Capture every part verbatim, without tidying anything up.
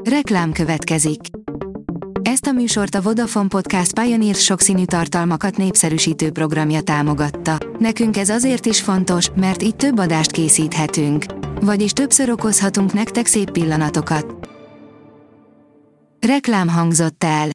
Reklám következik. Ezt a műsort a Vodafone Podcast Pioneer sokszínű tartalmakat népszerűsítő programja támogatta. Nekünk ez azért is fontos, mert így több adást készíthetünk. Vagyis többször okozhatunk nektek szép pillanatokat. Reklám hangzott el.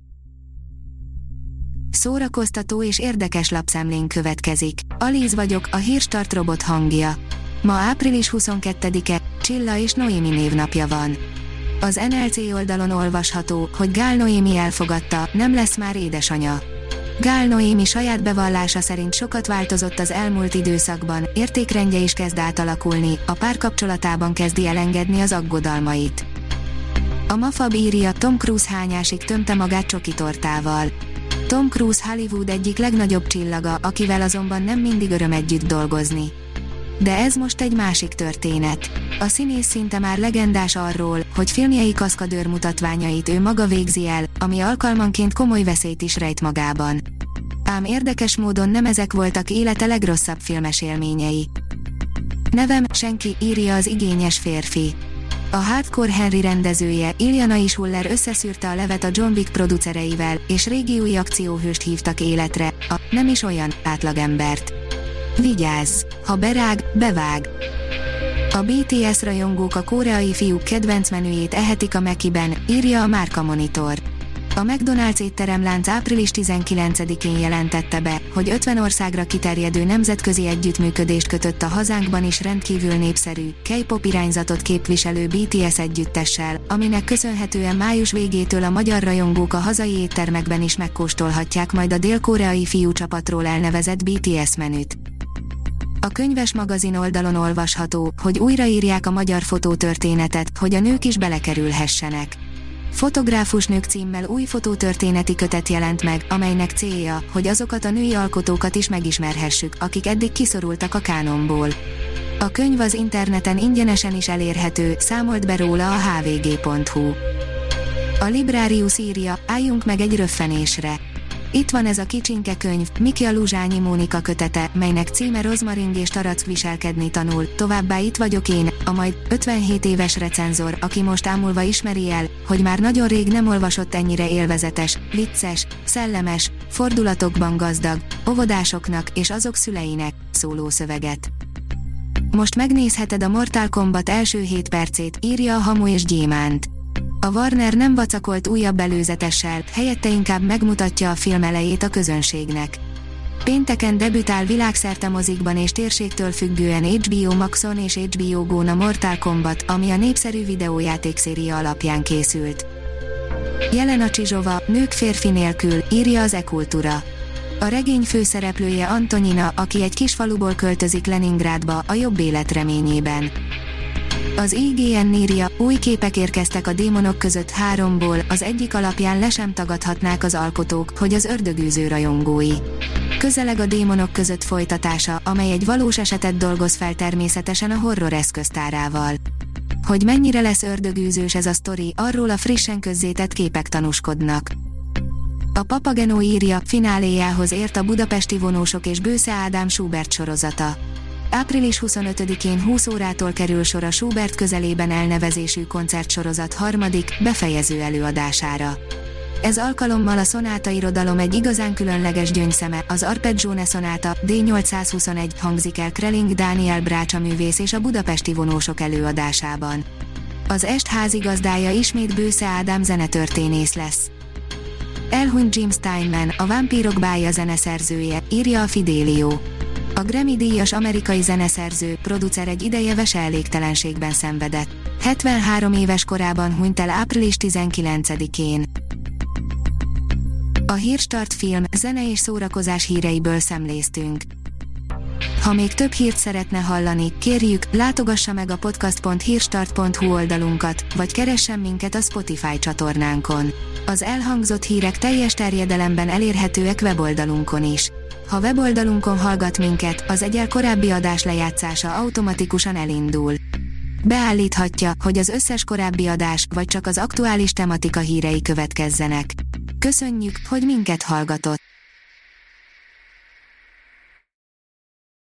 Szórakoztató és érdekes lapszemlén következik. Alíz vagyok, a Hírstart robot hangja. Ma április huszonkettedike, Csilla és Noémi névnapja van. Az en el cé oldalon olvasható, hogy Gál Noémi elfogadta, nem lesz már édesanya. Gál Noémi saját bevallása szerint sokat változott az elmúlt időszakban, értékrendje is kezd átalakulni, a párkapcsolatában kezdi elengedni az aggodalmait. A Mafab írja, Tom Cruise hányásig tömte magát csoki tortával. Tom Cruise Hollywood egyik legnagyobb csillaga, akivel azonban nem mindig öröm együtt dolgozni. De ez most egy másik történet. A színész szinte már legendás arról, hogy filmjei kaszkadőr mutatványait ő maga végzi el, ami alkalmanként komoly veszélyt is rejt magában. Ám érdekes módon nem ezek voltak élete legrosszabb filmes élményei. Nevem, senki, írja az igényes férfi. A Hardcore Henry rendezője, Iljana Ishuller összeszűrte a levet a John Wick producereivel, és régi új akcióhőst hívtak életre, a nem is olyan átlagembert. Vigyázz! Ha berág, bevág! A bé té es rajongók a koreai fiúk kedvenc menüjét ehetik a Mekiben, írja a Márka Monitor. A McDonald's étteremlánc április tizenkilencedikén jelentette be, hogy ötven országra kiterjedő nemzetközi együttműködést kötött a hazánkban is rendkívül népszerű, K-pop irányzatot képviselő bé té es együttessel, aminek köszönhetően május végétől a magyar rajongók a hazai éttermekben is megkóstolhatják majd a dél-koreai fiúcsapatról elnevezett bé té es menüt. A Könyves magazin oldalon olvasható, hogy újraírják a magyar fotótörténetet, hogy a nők is belekerülhessenek. Fotográfus nők címmel új fotótörténeti kötet jelent meg, amelynek célja, hogy azokat a női alkotókat is megismerhessük, akik eddig kiszorultak a kánonból. A könyv az interneten ingyenesen is elérhető, számolt be róla a há vé gé pont hú. A Librarius írja, álljunk meg egy röffenésre. Itt van ez a kicsinke könyv, Miki a Luzsányi Mónika kötete, melynek címe Rozmaring és Tarack viselkedni tanul, továbbá itt vagyok én, a majd ötvenhét éves recenzor, aki most ámulva ismeri el, hogy már nagyon rég nem olvasott ennyire élvezetes, vicces, szellemes, fordulatokban gazdag, óvodásoknak és azok szüleinek szóló szöveget. Most megnézheted a Mortal Kombat első hét percét, írja a Hamu és Gyémánt. A Warner nem vacakolt újabb előzetessel, helyette inkább megmutatja a film elejét a közönségnek. Pénteken debütál világszerte mozikban és térségtől függően há bé o Maxon és há bé o Go-n a Mortal Kombat, ami a népszerű videójátékszéria alapján készült. Jelena Csizsova, nők férfi nélkül, írja az e-kultúra. A regény főszereplője Antonina, aki egy kis faluból költözik Leningrádba, a jobb élet reményében. Az i gé en írja, új képek érkeztek a démonok között háromból, az egyik alapján le sem tagadhatnák az alkotók, hogy az ördögűző rajongói. Közeleg a démonok között folytatása, amely egy valós esetet dolgoz fel természetesen a horror eszköztárával. Hogy mennyire lesz ördögűzős ez a sztori, arról a frissen közzétett képek tanúskodnak. A Papageno írja, fináléjához ért a budapesti vonósok és Bősze Ádám Schubert sorozata. április huszonötödikén húsz órától kerül sor a Schubert közelében elnevezésű koncertsorozat harmadik, befejező előadására. Ez alkalommal a szonáta irodalom egy igazán különleges gyöngyszeme, az Arpeggione szonáta, dé nyolcszázhuszonegy hangzik el Kreling Dániel brácsaművész és a budapesti vonósok előadásában. Az est házigazdája ismét Bősze Ádám zenetörténész lesz. Elhunyt Jim Steinman, a Vámpírok bája zeneszerzője, írja a Fidelio. A Grammy-díjas amerikai zeneszerző, producer egy ideje veseelégtelenségben szenvedett. hetvenhárom éves korában hunyt el április tizenkilencedikén. A Hírstart film, zene és szórakozás híreiből szemléztünk. Ha még több hírt szeretne hallani, kérjük, látogassa meg a podcast pont hírstart pont hú oldalunkat, vagy keressen minket a Spotify csatornánkon. Az elhangzott hírek teljes terjedelemben elérhetőek weboldalunkon is. Ha weboldalunkon hallgat minket, az egyel korábbi adás lejátszása automatikusan elindul. Beállíthatja, hogy az összes korábbi adás, vagy csak az aktuális tematika hírei következzenek. Köszönjük, hogy minket hallgatott!